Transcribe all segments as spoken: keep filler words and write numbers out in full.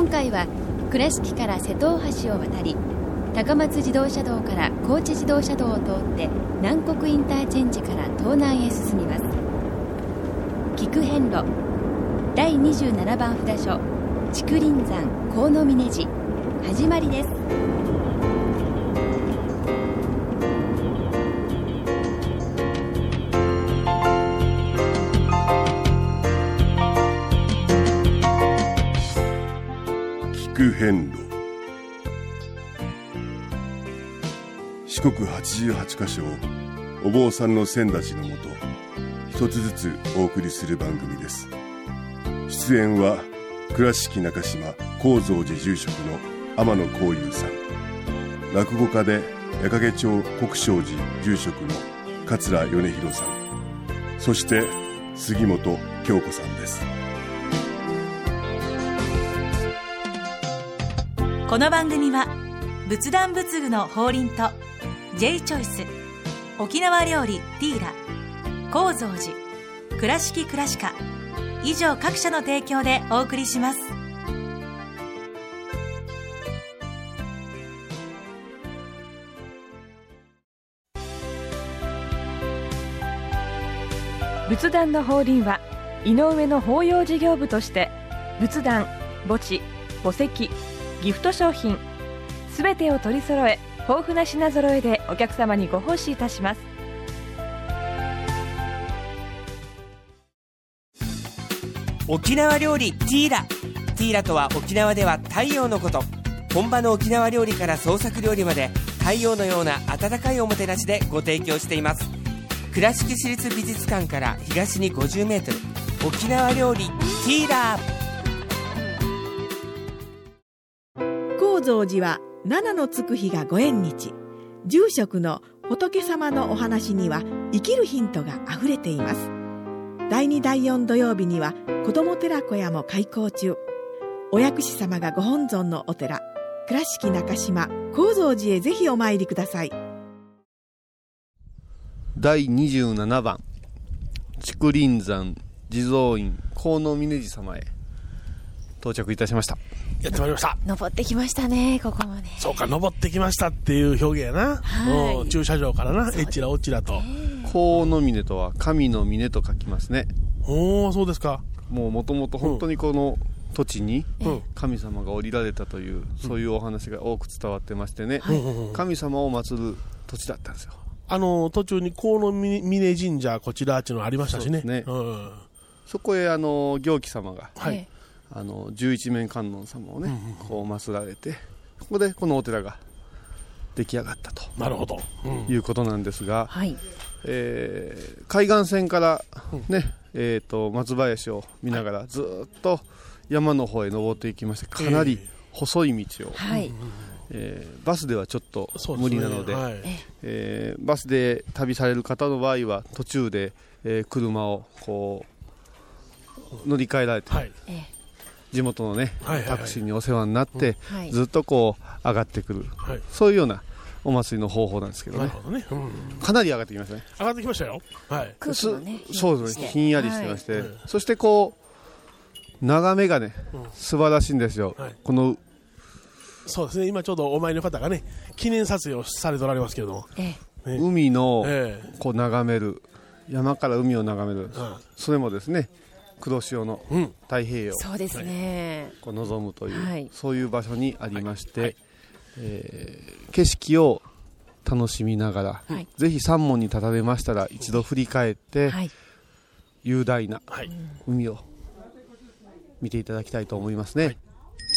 今回は倉敷から瀬戸大橋を渡り、高松自動車道から高知自動車道を通って南国インターチェンジから東南へ進みます。菊遍路だいにじゅうななばん札所竹林山河野峰寺、始まりです。 菊遍路、四国はちじゅうはちカ所をお坊さんの先立ちのもと一つずつお送りする番組です。出演は倉敷中島・高蔵寺住職の天野幸雄さん、落語家で矢掛町国生寺住職の桂米広さん、そして杉本京子さんです。 この番組は仏壇仏具の法輪と J チョイス、沖縄料理ティーラ、高蔵寺、倉敷倉歯科以上各社の提供でお送りします。 仏壇の法輪は井上の法要事業部として仏壇、墓地、墓石、ギフト商品すべてを取り揃え、豊富な品揃えでお客様にご奉仕いたします。 沖縄料理ティーラ。ティーラとは沖縄では太陽のこと。本場の沖縄料理から創作料理まで太陽のような温かいおもてなしでご提供しています。倉敷市立美術館から東にごじゅうメートル、沖縄料理ティーラ。 高蔵寺は七のつく日がご縁日。住職の仏様のお話には生きるヒントがあふれています。だいにだいよん土曜日には子ども寺小屋も開校中。お薬師様がご本尊のお寺、倉敷中島・高蔵寺へぜひお参りください。 だいにじゅうななばん竹林山地蔵院河野峰寺様へ到着いたしました。 やってまいりました。 登ってきましたね、ここまで。 そうか、登ってきましたっていう表現やな、はい、駐車場からな、えっちらおっちらと。 河野峰とは神の峰と書きますね。 おー、そうですか。 もうもともと本当にこの土地に神様が降りられたという、うん、そういうお話が多く伝わってましてね、うん、神様を祀る土地だったんですよ。 あの途中に河野峰神社こちらっていうのありましたしね。 そ, ね、うん、 そこへあの行基様が、 はい、 あの十一面観音様をね、うん、こう祀られて、ここでこのお寺が出来上がったと。 なるほど、 うん、いうことなんですが、 はい、 えー、海岸線からね、うん、えー、と松林を見ながらずっと山の方へ登っていきまして、かなり細い道を、 はい、 えー、バスではちょっと無理なので、 そうですね、はい、 えー、バスで旅される方の場合は途中で、えー、車をこう乗り換えられて、はい、地元のね、はいはいはい、タクシーにお世話になって、うん、はい、ずっとこう上がってくる、はい、そういうようなお祭りの方法なんですけどね。 なるほどね、うん、 かなり上がってきましたね。 上がってきましたよ、はい、 空気もね、 そうですね、ひんやりしてまして、はい、そしてこう眺めがね、うん、素晴らしいんですよ、はい、このそうですね、今ちょうどお参りの方がね記念撮影をされておられますけれども、 ええ、ね、海のこう眺める、山から海を眺める、うん、それもですね黒潮の太平洋、うん、 そうですね、 こう望むという、 はい、 そういう場所にありまして、 はいはい、 えー、景色を楽しみながら、はい、ぜひ三門に立たれましたら一度振り返って、はい、雄大な海を見ていただきたいと思いますね、はい、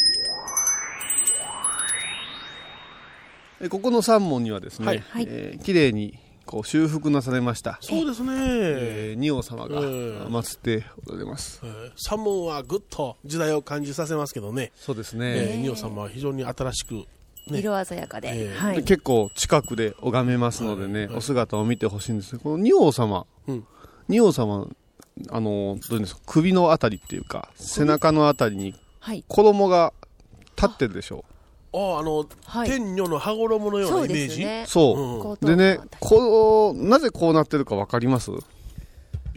えここの三門にはですね、はい、えー、きれいにこう修復なされました。 そうですね、 えー、仁王様が祀っておられます、 えー、三門はぐっと時代を感じさせますけどね。 そうですね、 えー、仁王様は非常に新しく、ね、 色鮮やかで、 えーはい、で結構近くで拝めますのでね、はいはい、お姿を見てほしいんですけど、この仁王様、うん、仁王様、あのどういうんですか、首のあたりっていうか背中のあたりに衣が立ってるでしょう。 ああの、はい、天女の羽衣のようなイメージ。 そう、うん、でね、こうなぜこうなってるか分かります？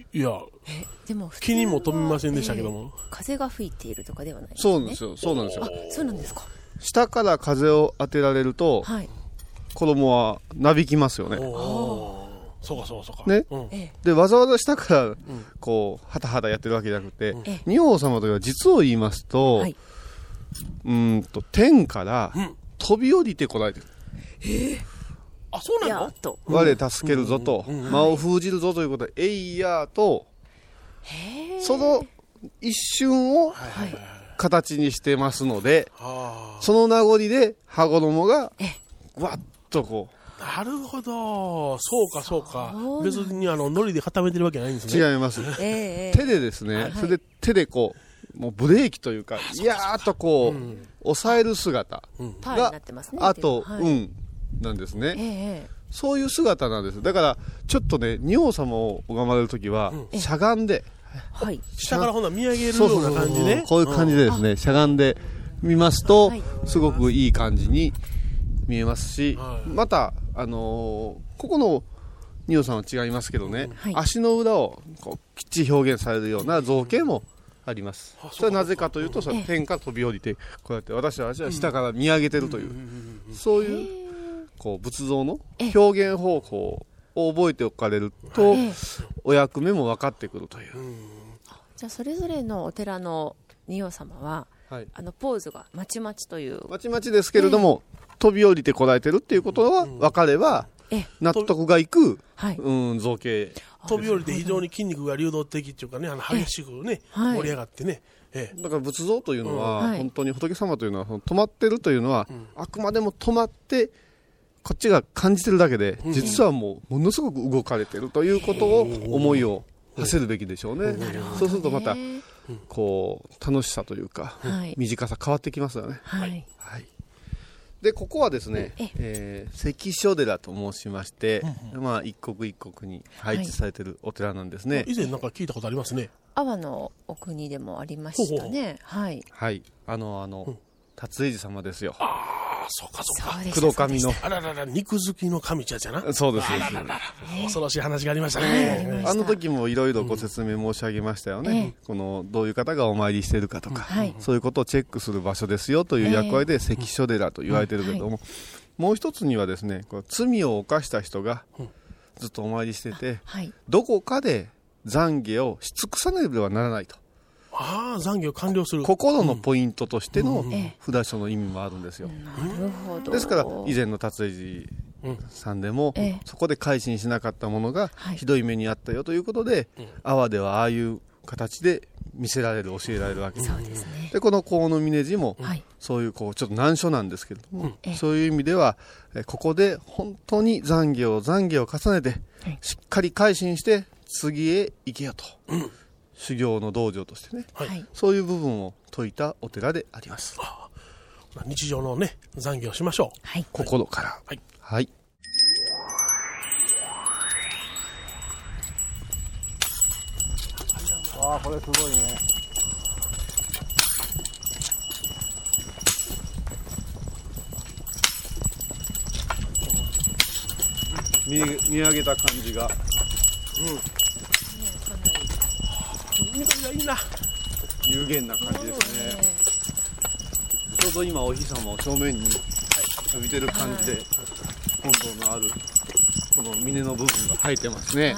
いやでも気にも留めませんでしたけども、 えー、風が吹いているとかではないですね。 そうなんですよ、そうなんですよ。 あ、そうなんですか。 下から風を当てられると、はい、衣はなびきますよね。 そうかそうかそうかね、 うん、 でわざわざ下からこうはたはたやってるわけじゃなくて、うん、仁王様というのは実を言いますと、はい、うんと天から飛び降りてこられてる、 うん、えー、あ、そうなの？ 我助けるぞと、うんうんうん、魔を封じるぞということで、えいやーと、その一瞬を形にしてますので、はい、その名残で羽衣がわっとこう。 なるほど、そうかそうか。別にあの海苔で固めてるわけないんですね。 違います。えー、手でですね、はい、それで手でこうもうブレーキというか、いやーっとこう、うん、押さえる姿が、うん、あと、はい、うんなんですね。えー、そういう姿なんです。だからちょっとね、仁王様を拝まれるときは、うん、しゃがんで、 はい、下からほんなら見上げるような感じね。 こういう感じでですね、しゃがんで見ますと、はい、すごくいい感じに見えますし、はい、またあのー、ここの仁王さんは違いますけどね、はい、足の裏をこうきっちり表現されるような造形もあります。それはなぜかというと、その天から飛び降りてこうやって私たちは下から見上げてるという、うん、そういうこう仏像の表現方法を覚えておかれるとお役目も分かってくるという。 じゃあそれぞれのお寺の仁王様は、はい、あのポーズがまちまちというまちまちですけれども、えー、飛び降りてこられてるっていうことは分かれば、うん、納得がいく、はい、うん、造形。 飛び降りて非常に筋肉が流動的っていうかね、あの激しくね、はい、盛り上がってね、ええ、だから仏像というのは、うん、本当に仏様というのは止まってるというのは、うん、あくまでも止まってこっちが感じてるだけで、うん、実はもうものすごく動かれてるということを思いを馳せるべきでしょうね。そうするとまたこう楽しさというか、はい、短さ変わってきますよね。はい、はい、でここはですね、えー、関所寺と申しまして、うんうん、まあ、一国一国に配置されているお寺なんですね。はい、 以前なんか聞いたことありますね。 阿波のお国でもありましたね。はい、 はい、あのあの、うん、辰英寺様ですよ。 ああ、そうかそうか。 黒髪のあららら、肉好きの神ちゃんじゃな。 そうです。 あらららら、恐ろしい話がありましたね。 あの時もいろいろご説明申し上げましたよね。うん、このどういう方がお参りしているかとか、うん、そういうことをチェックする場所ですよという役割で関所寺と言われているけれども、うん、はい、もう一つにはですね、こう罪を犯した人がずっとお参りしてて、はい、どこかで懺悔をし尽くさなければならないと。 ああ、懺悔を完了する心のポイントとしての札所の意味もあるんですよ。 うん、なるほど。 ですから以前の辰英寺さんでも、うん、そこで改心しなかったものがひどい目にあったよということで、はい、阿波ではああいう形で見せられる、教えられるわけです。 そうですね。 でこの河野峰寺も、はい、そういうこうちょっと難所なんですけれども、うん、そういう意味ではここで本当に懺悔を懺悔を重ねて、はい、しっかり改心して次へ行けよと、うん、修行の道場としてね、はい、そういう部分を説いたお寺であります。 ああ、日常のね懺悔をしましょう、 はい、心から、はい、はい、ああ、これすごいね。見, 見上げた感じが、うん、 緑がいいな、 有限な感じですね。ちょうど今お日様を正面に浴びてる感じで、はい、本堂のあるこの峰の部分が生えてますね。はい、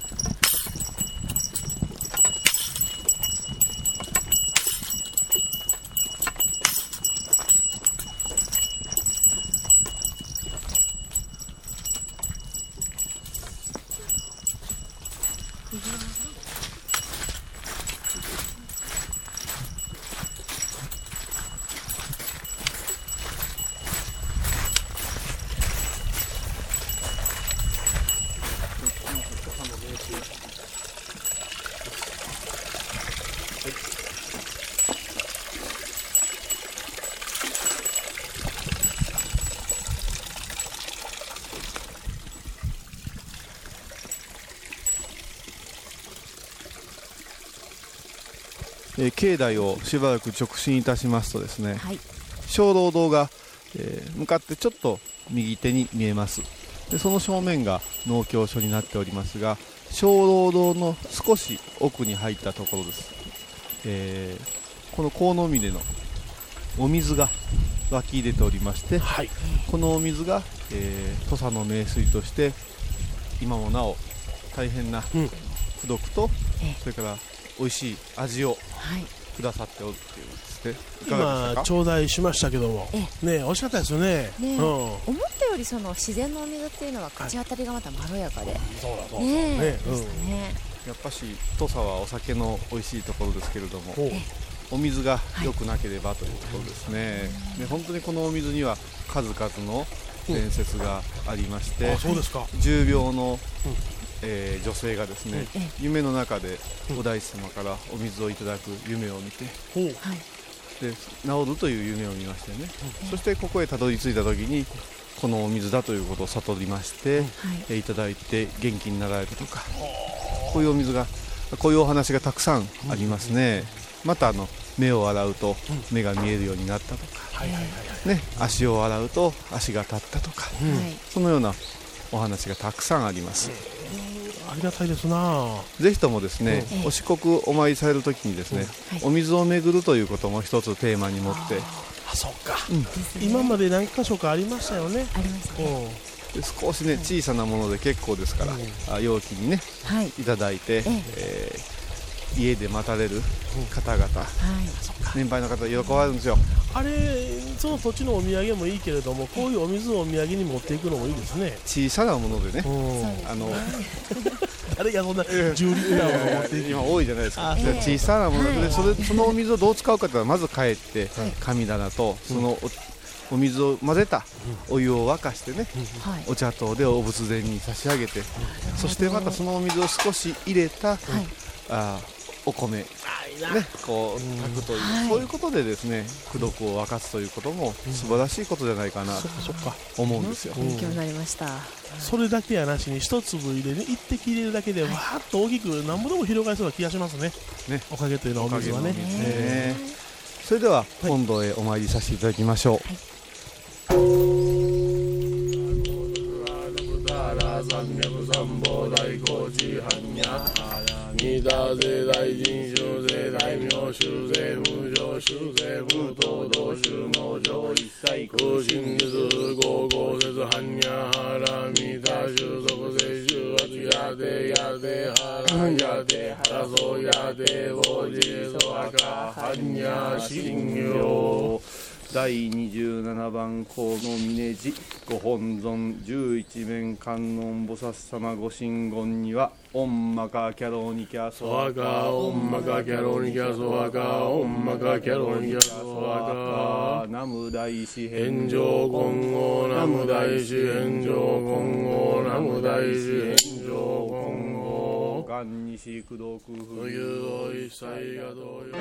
えー、境内をしばらく直進いたしますとですね、はい、鐘楼堂が、えー、向かってちょっと右手に見えます。でその正面が農協所になっておりますが、 小廊堂の少し奥に入ったところです。えー、この河野峰のお水が湧き出ておりまして、はい、このお水が、えー、土佐の名水として今もなお大変な功徳と、うん、それから美味しい味をくださっておるっていうですね。いかがでしたか？ 今頂戴しましたけども、ね、美味しかったですよね。 ね、うん、思ったよりその自然のお水っていうのは口当たりがまたまろやかで、はい、 そうだそうだねね、 でしたね。 やっぱし土佐はお酒の美味しいところですけれども、お水が良くなければというところですね。で本当にこのお水には数々の伝説がありまして、うん、あ、そうですか。重病の、うんえー、女性がですね、うん、夢の中でお大師様からお水をいただく夢を見て、うん、で治るという夢を見ましてね、うん、そしてここへたどり着いた時にこのお水だということを悟りまして、うんえー、いただいて元気になられたとか、こういうお水がこういうお話がたくさんありますね。またあの目を洗うと目が見えるようになったとか、ね、足を洗うと足が立ったとか、うん、そのようなお話がたくさんあります。 ありがたいですな。 ぜひともですね、うん、お四国お参りされるときにですね、うんはい、お水を巡るということも一つテーマに持って、 あ、そうか、うん、今まで何箇所かありましたよね。 ありましたね。 で少しね小さなもので結構ですから、うん、容器にね、はい、いただいて、えー家で待たれる方々、うんはい、年配の方喜ばれるんですよ。 あれ、その土地のお土産もいいけれども、こういうお水をお土産に持っていくのもいいですね。 小さなものでね、あの誰がそんなじゅうリッターを持っていく今多いじゃないですか。小さなもので、はい、それそのお水をどう使うかというのはまず帰って神棚とその お, お水を混ぜたお湯を沸かしてね、うん、お茶灯でお仏前に差し上げて、うん、そしてまたそのお水を少し入れた、うん、あお米、ね、こう炊くという、はい、そういうことでですね功徳を沸かすということも素晴らしいことじゃないかなと思うんですよ。 勉強になりました。 それだけやなしに一粒入れね、一滴入れるだけでわーっと大きく何ぼでも広がりそうな気がしますね。ね、おかげというのはお水はね。 ね、それでは本堂へお参りさせていただきましょう。はい二多勢大臣衆勢大名衆勢無常衆勢無東道衆農場一切空心術合合説般若原三多衆属勢衆圧やでやで原やで原そうやで王子そわか般若心経だいにじゅうななばん河野峰寺ご本尊十一面観音菩薩様ご神言にはオンマカキャロニキャソワカオンマカキャロニキャソワカオンマカキャロニキャソワカナム大師返上金剛ナム大師返上金剛ナム大師返上金剛願西功徳不有一切が同様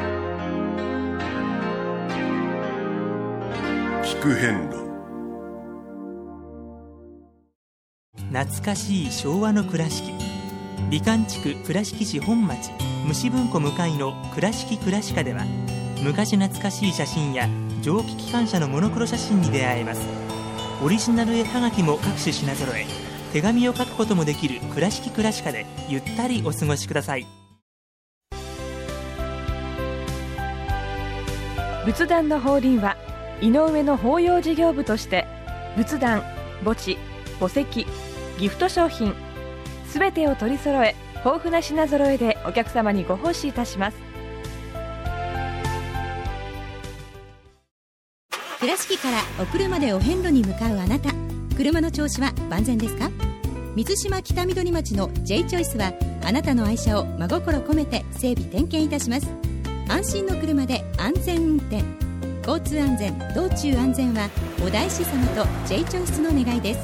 聞く遍路。 懐かしい昭和の倉敷、美観地区倉敷市本町虫文庫向かいの倉敷倉歯科では昔懐かしい写真や蒸気機関車のモノクロ写真に出会えます。オリジナル絵はがきも各種品揃え、手紙を書くこともできる倉敷倉歯科でゆったりお過ごしください。 仏壇の法輪は井上の法要事業部として仏壇、墓地、墓石、ギフト商品すべてを取り揃え、豊富な品揃えでお客様にご奉仕いたします。 倉敷からお車でお遍路に向かうあなた、車の調子は万全ですか？水島北緑町の J チョイスはあなたの愛車を真心込めて整備点検いたします。安心の車で安全運転、交通安全、道中安全はお大師様と J チョイスの願いです。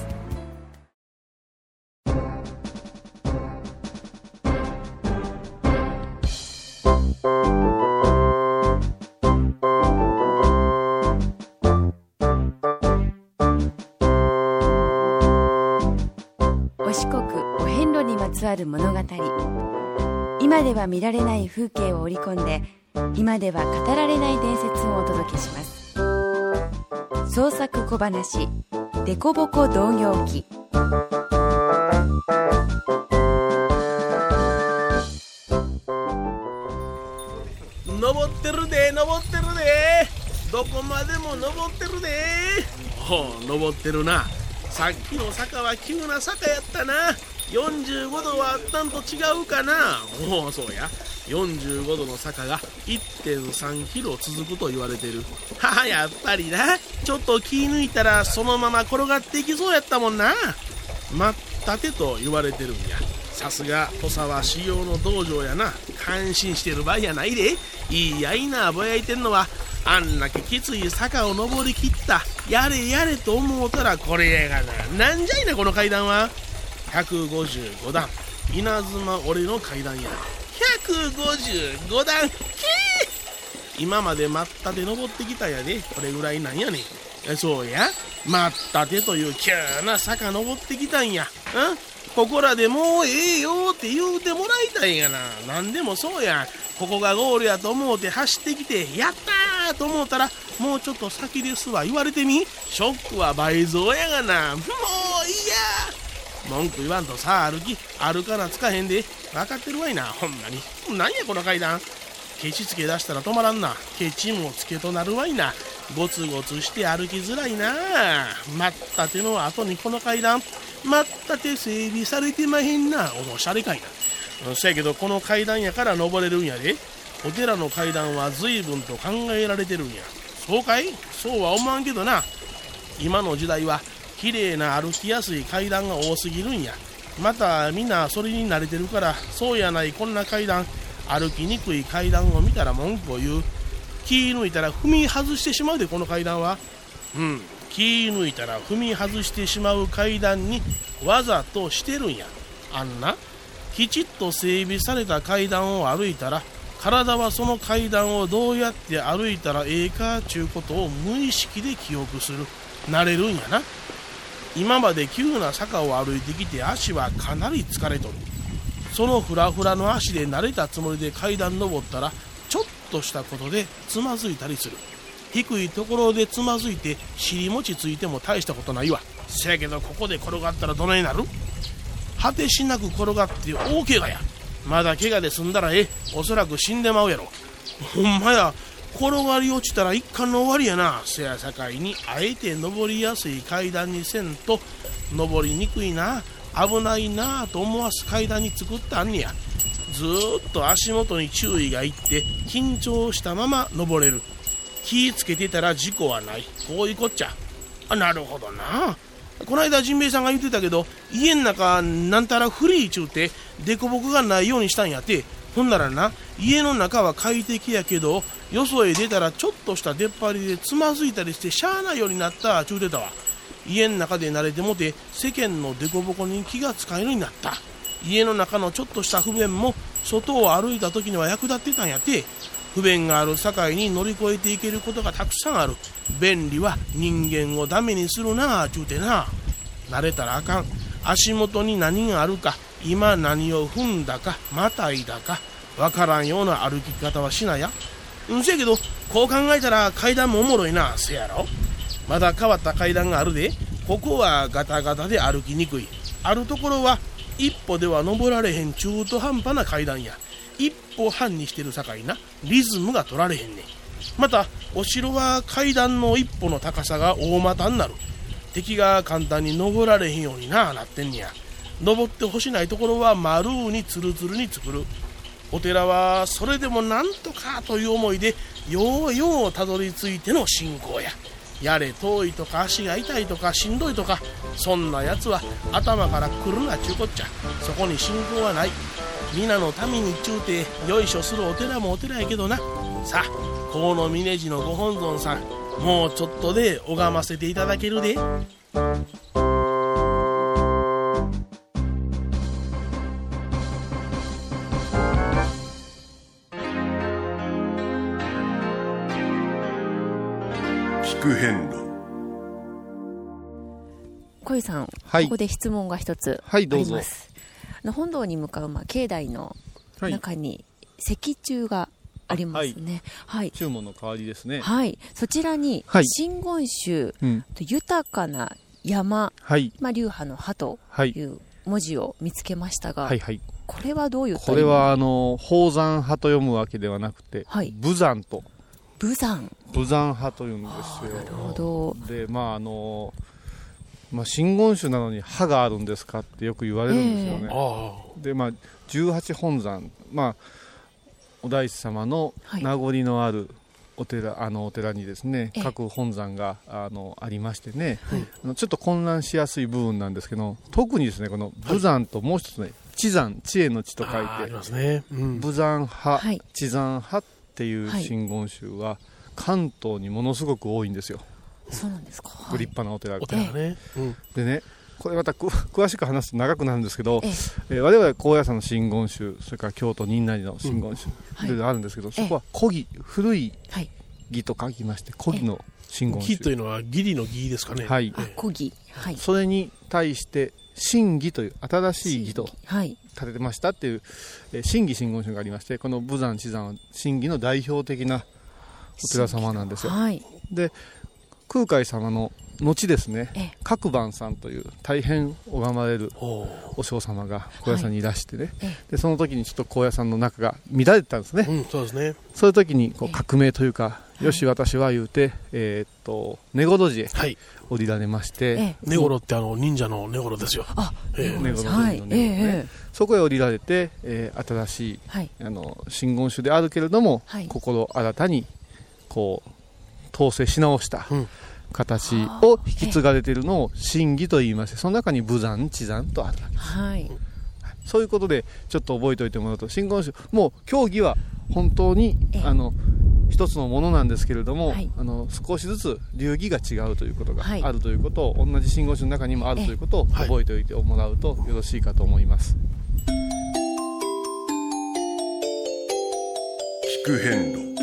お四国お遍路にまつわる物語、今では見られない風景を織り込んで今では語られない伝説をお届けします。創作小話デコボコ同行記。 登ってるで登ってるで、どこまでも登ってるで。おう登ってるな。さっきの坂は急な坂やったな。よんじゅうごどはあったんと違うかな。おおそうや、よんじゅうごどの坂が いってんさんキロ続くと言われてる。ははやっぱりな、ちょっと気抜いたらそのまま転がっていきそうやったもんな。待ったてと言われてるんや。さすが土佐は修行の道場やな。感心してる場合やないで。いいやいなぼやいてんのは、あんだけきつい坂を登りきったやれやれと思うたらこれやがな。なんじゃいなこの階段は。ひゃくごじゅうごだん、稲妻俺の階段や。ひゃくごじゅうごだん、キー今まで待ったて登ってきたやで。これぐらいなんやねん。そうや、待ったてという急な坂登ってきたんや。んここらでもうええよって言うてもらいたいんやな。なんでもそうや、ここがゴールやと思うて走ってきて、やったーと思ったらもうちょっと先ですわ言われてみ。ショックは倍増やがな。もういいや、文句言わんとさあ歩き歩かなつかへんで。分かってるわいなほんまに。なんやこの階段、ケチつけ出したら止まらんな。ケチもつけとなるわいな。ゴツゴツして歩きづらいな。待ったての後にこの階段、待ったて整備されてまへんな。おしゃれかいな。そやけどこの階段やから登れるんやで。お寺の階段は随分と考えられてるんや。そうかい、そうは思わんけどな。今の時代は綺麗な歩きやすい階段が多すぎるんや。またみんなそれに慣れてるから、そうやないこんな階段、歩きにくい階段を見たら文句を言う。気抜いたら踏み外してしまうでこの階段は。うん気抜いたら踏み外してしまう階段にわざとしてるんや。あんなきちっと整備された階段を歩いたら、体はその階段をどうやって歩いたらええかちゅうことを無意識で記憶する、なれるんやな。今まで急な坂を歩いてきて足はかなり疲れとる。そのフラフラの足で慣れたつもりで階段登ったら、ちょっとしたことでつまずいたりする。低いところでつまずいて尻餅ついても大したことないわ。せやけどここで転がったらどないなる。果てしなく転がって大怪我や。まだ怪我で済んだらええ、おそらく死んでまうやろ。ほんまや、転がり落ちたら一巻の終わりやな。せやさかいにあえて登りやすい階段にせんと、登りにくいな危ないなと思わす階段に作ってあんねや。ずーっと足元に注意がいって緊張したまま登れる。気ぃつけてたら事故はない、こういうこっちゃ。あ、なるほどな。この間ジンベエさんが言ってたけど、家の中なんたらフリーちゅうてデコボコがないようにしたんやって。ほんならな、家の中は快適やけどよそへ出たらちょっとした出っ張りでつまずいたりしてしゃあないようになったちゅうてたわ。家の中で慣れてもて世間のデコボコに気が使えるようになった。家の中のちょっとした不便も外を歩いた時には役立ってたんやって。不便がある境に乗り越えていけることがたくさんある。便利は人間をダメにするなあちゅうてな。慣れたらあかん。足元に何があるか、今何を踏んだかまたいだかわからんような歩き方はしなや。うんせやけどこう考えたら階段もおもろいな。せやろ、まだ変わった階段があるで。ここはガタガタで歩きにくい。あるところは一歩では登られへん中途半端な階段や。一歩半にしてるさかいな、リズムが取られへんねん。またお城は階段の一歩の高さが大股になる。敵が簡単に登られへんようにななってんねや。登ってほしないところは丸にツルツルに作る。お寺はそれでもなんとかという思いでようようたどり着いての信仰や。やれ遠いとか足が痛いとかしんどいとか、そんなやつは頭から来るなちゅうこっちゃ。そこに信仰はない。皆の民にちゅうてよいしょするお寺もお寺やけどな。さあ河野峰寺のご本尊さん、もうちょっとで拝ませていただけるで。 聞く遍路。 小井さん、はい、ここで質問が一つあります。はい、あの本堂に向かう、まあ、境内の中に石柱がありますね。はい。 注文の代わりですね。 はい。そちらに、はい、真言宗、うん、豊かな山、はい、まあ、流派の派という文字を見つけましたが、はいはい、 これはどういうこれはあの宝山派と読むわけではなくて、 はい、 武山と武山武山派というんですよ。 なるほど。 でまああのまあ、真言宗なのに派があるんですかってよく言われるんですよね、えー、でまあじゅうはち本山、まあ、お大師様の名残のあるお寺、はい、あのお寺にですね、各本山が あ, のありましてね、はい、あのちょっと混乱しやすい部分なんですけど、特にですねこの武山ともう一つね、智山、知恵の知と書いてありますね、うん、武山派、はい、智山派っていう真言宗は関東にものすごく多いんですよ。 そうなんですか。 ご立派なお寺が、 お寺ね、うん、 でね、これまた詳しく話すと長くなるんですけど、ええ、我々高野山の真言宗、それから京都仁成の真言宗、うん、であるんですけど、はい、そこは古義、古い義と書きまして古義の真言宗。 義というのは義理の義ですかね。 はい、 あ、古義、はい、 それに対して真義という新しい義と立ててましたっていう、はい、真義真言宗がありまして、この武山智山は真義の代表的なお寺様なんですよ。はい、で空海様の後ですね、角番さんという大変拝まれるお嬢様が高野山にいらしてね、はい、でその時にちょっと高野山の中が乱れてたんですね、 うん、そうですね。 そういう時にこう革命というか、よし私は言うて、えー、っと根来寺へ降りられまして、 根来ってあの忍者の根来ですよ。 あ、 根来寺の根来ね、そこへ降りられて、えー、新しい、はい、あの真言宗であるけれども、はい、心新たにこう統制し直した形を引き継がれているのを真義と言いまして、その中に武山智山とあるわけです、はい、そういうことでちょっと覚えておいてもらうと、真言宗もう教義は本当にあの一つのものなんですけれども、はい、あの少しずつ流儀が違うということがあるということを、はい、同じ真言宗の中にもあるということを覚えておいてもらうとよろしいかと思います。 聞く遍路。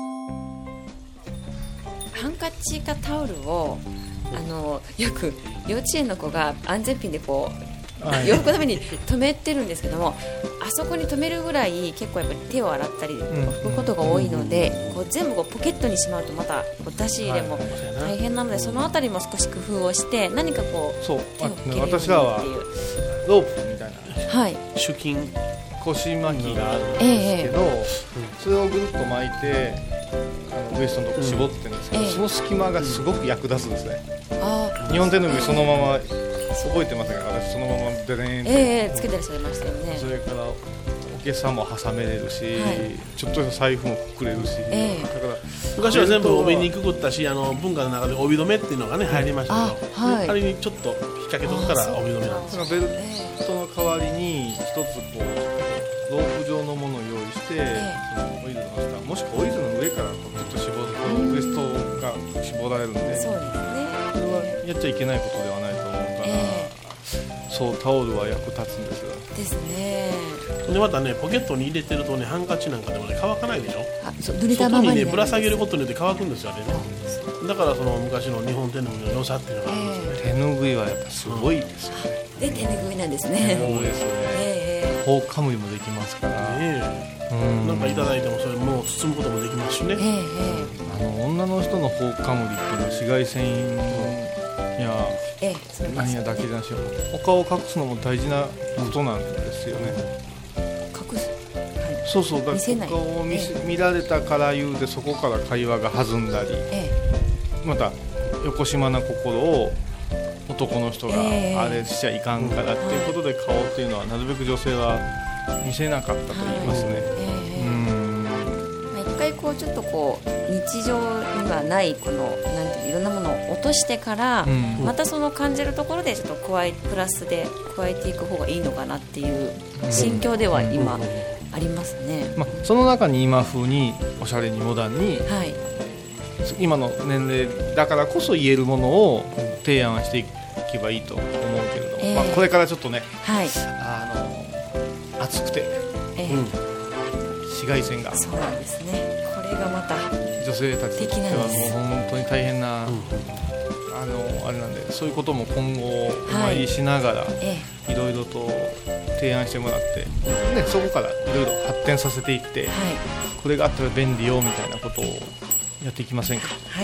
ハンカチかタオルをあのよく幼稚園の子が安全ピンでこう、はい、洋服のために止めてるんですけども、あそこに止めるぐらい結構やっぱり手を洗ったり拭くことが多いので、うん、こう全部こうポケットにしまうとまたこう出し入れも大変なので、はい、そのあたりも少し工夫をして何かこうそう手を拭けるように私らはロープみたいな、 はい、 手巾腰巻きがあるんですけど、えー、それをぐるっと巻いてあのウエストのとこ絞ってるんですけど、うん、その隙間がすごく役立つんですね、うん、日本手ぬぐいそのまま覚えてますが、私そのままデレーンって、 えー、つけてらっしゃいましたよね。 それからおけさも挟めれるし、はい、ちょっとした財布もくくれるし、えー、だから昔は全部帯にくくったし、あの文化の中で帯留めっていうのがね入りましたけど、はい、仮にちょっと引っ掛けとくから帯留めなんですよ。 ベルトの代わりに一つこうロープ状のものを用意して、えー、そのオイルの下もしくはオイルの上からこうちょっと絞るとウエストが絞られるんで、 そうですね、 それはやっちゃいけないことではないと思うから、えー、そうタオルは役立つんですよ。 ですね。 でまたねポケットに入れてるとね、ハンカチなんかでもね乾かないでしょ。 あ、そう濡れたままに、ね、 外にねぶら下げることによって乾くんですよあれね。だからその昔の日本手ぬぐいの良さっていうのがあるんですよね、 えー、手ぬぐいはやっぱすごいですよね、 うん、で手ぬぐいなんですね。 そうですよね、えー、フォークカムリもできますから、 ね、うん、なんかいただいてもそれもう包むこともできますしね、えー、あの女の人のフォークカムリっていうのは紫外線や、えー、何やだけじゃなしよ、お顔を隠すのも大事なことなんですよね、 隠す、はい、 そうそう、だからお顔を 見,、えー、見られたから言うでそこから会話が弾んだり、えー、また横島な心を男の人があれしちゃいかんからっていうことで、顔っていうのはなるべく女性は見せなかったと言いますね、はい、えー、うんまあ、一回こうちょっとこう日常にはないこのなんていういろんなものを落としてから、うん、またその感じるところでちょっと加えプラスで加えていく方がいいのかなっていう心境では今、うん、ありますね、 まあ、その中に今風におしゃれにモダンに、 はい、 今の年齢だからこそ言えるものを提案していけばいいと思うけれども、えーまあ、これからちょっとね、はい、あの暑くて、えーうん、紫外線がそうなんですね、これがまた女性たちにとってはもう本当に大変な、うん、あのあれなんで、そういうことも今後お参りしながら、はい、いろいろと提案してもらって、ね、そこからいろいろ発展させていって、はい、これがあったら便利よみたいなことをやっていきませんか。 はい、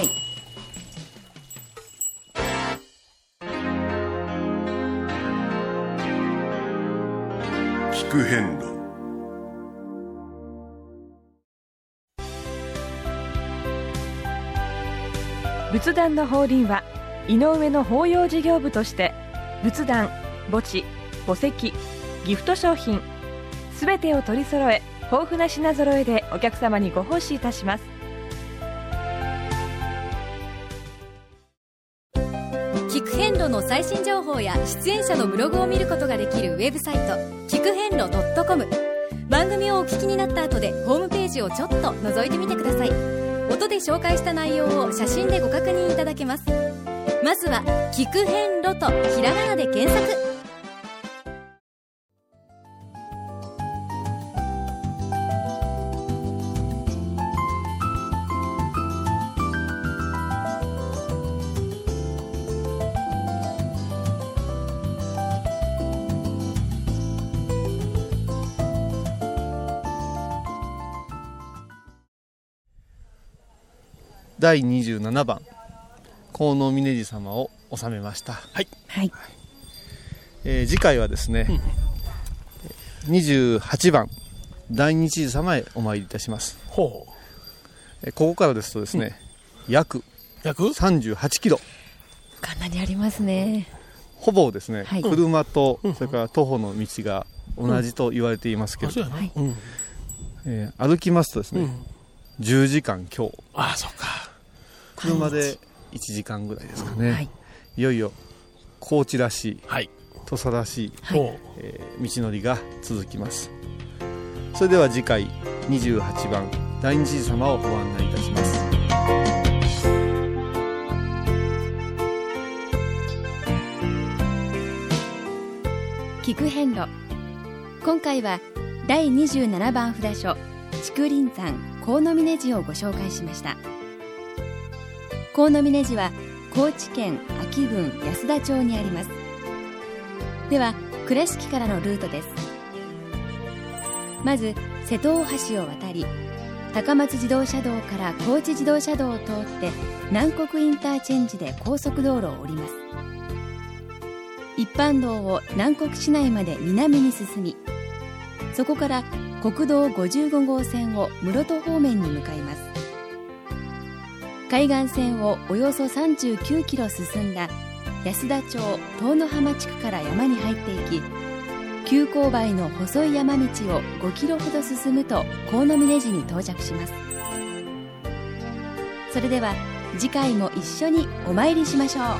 聞くく遍路。 仏壇の法輪は井上の法要事業部として仏壇、墓地、墓石、ギフト商品すべてを取り揃え、豊富な品揃えでお客様にご奉仕いたします。 聞く遍路の最新情報や出演者のブログを見ることができるウェブサイト聞く遍路 .com。 番組をお聞きになった後でホームページをちょっと覗いてみてください。音で紹介した内容を写真でご確認いただけます。まずは聞く遍路とひらがなで検索。 だいにじゅうななばん河野峯寺様を収めました。 はい、 はいえー、次回はですね、うん、にじゅうはちばん大日寺様へお参りいたします。 ほう、 えー、ここからですとですね、うん、約約さんじゅうはちキロ、 かなりありますね。 ほぼですね、 はい、 車とそれから徒歩の道が同じと言われていますけど、 うんはいえー、歩きますとですね、うん、じゅうじかん強。 ああ、そうか。 車でいちじかんぐらいですかね、はい、いよいよ高知らしい、 はい、 土佐らしい、 はい、 えー、道のりが続きます。それでは次回にじゅうはちばん大日寺様をご案内いたします。 聞く遍路。今回はだいにじゅうななばん札所竹林山河野峯寺をご紹介しました。河野峯寺は高知県安芸郡安田町にあります。では倉敷からのルートです。まず瀬戸大橋を渡り、高松自動車道から高知自動車道を通って南国インターチェンジで高速道路を降ります。一般道を南国市内まで南に進み、そこから国道ごじゅうごごうせんを室戸方面に向かいます。海岸線をおよそさんじゅうきゅうキロ進んだ安田町遠野浜地区から山に入っていき、急勾配の細い山道をごキロほど進むと河野峯寺に到着します。それでは次回も一緒にお参りしましょう。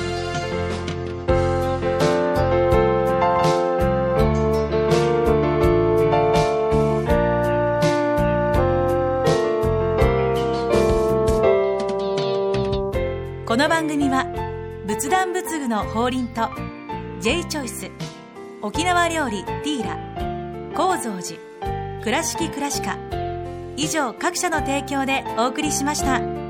この番組は仏壇仏具の法輪と J チョイス、沖縄料理ティーラ、高蔵寺、倉敷倉歯科以上各社の提供でお送りしました。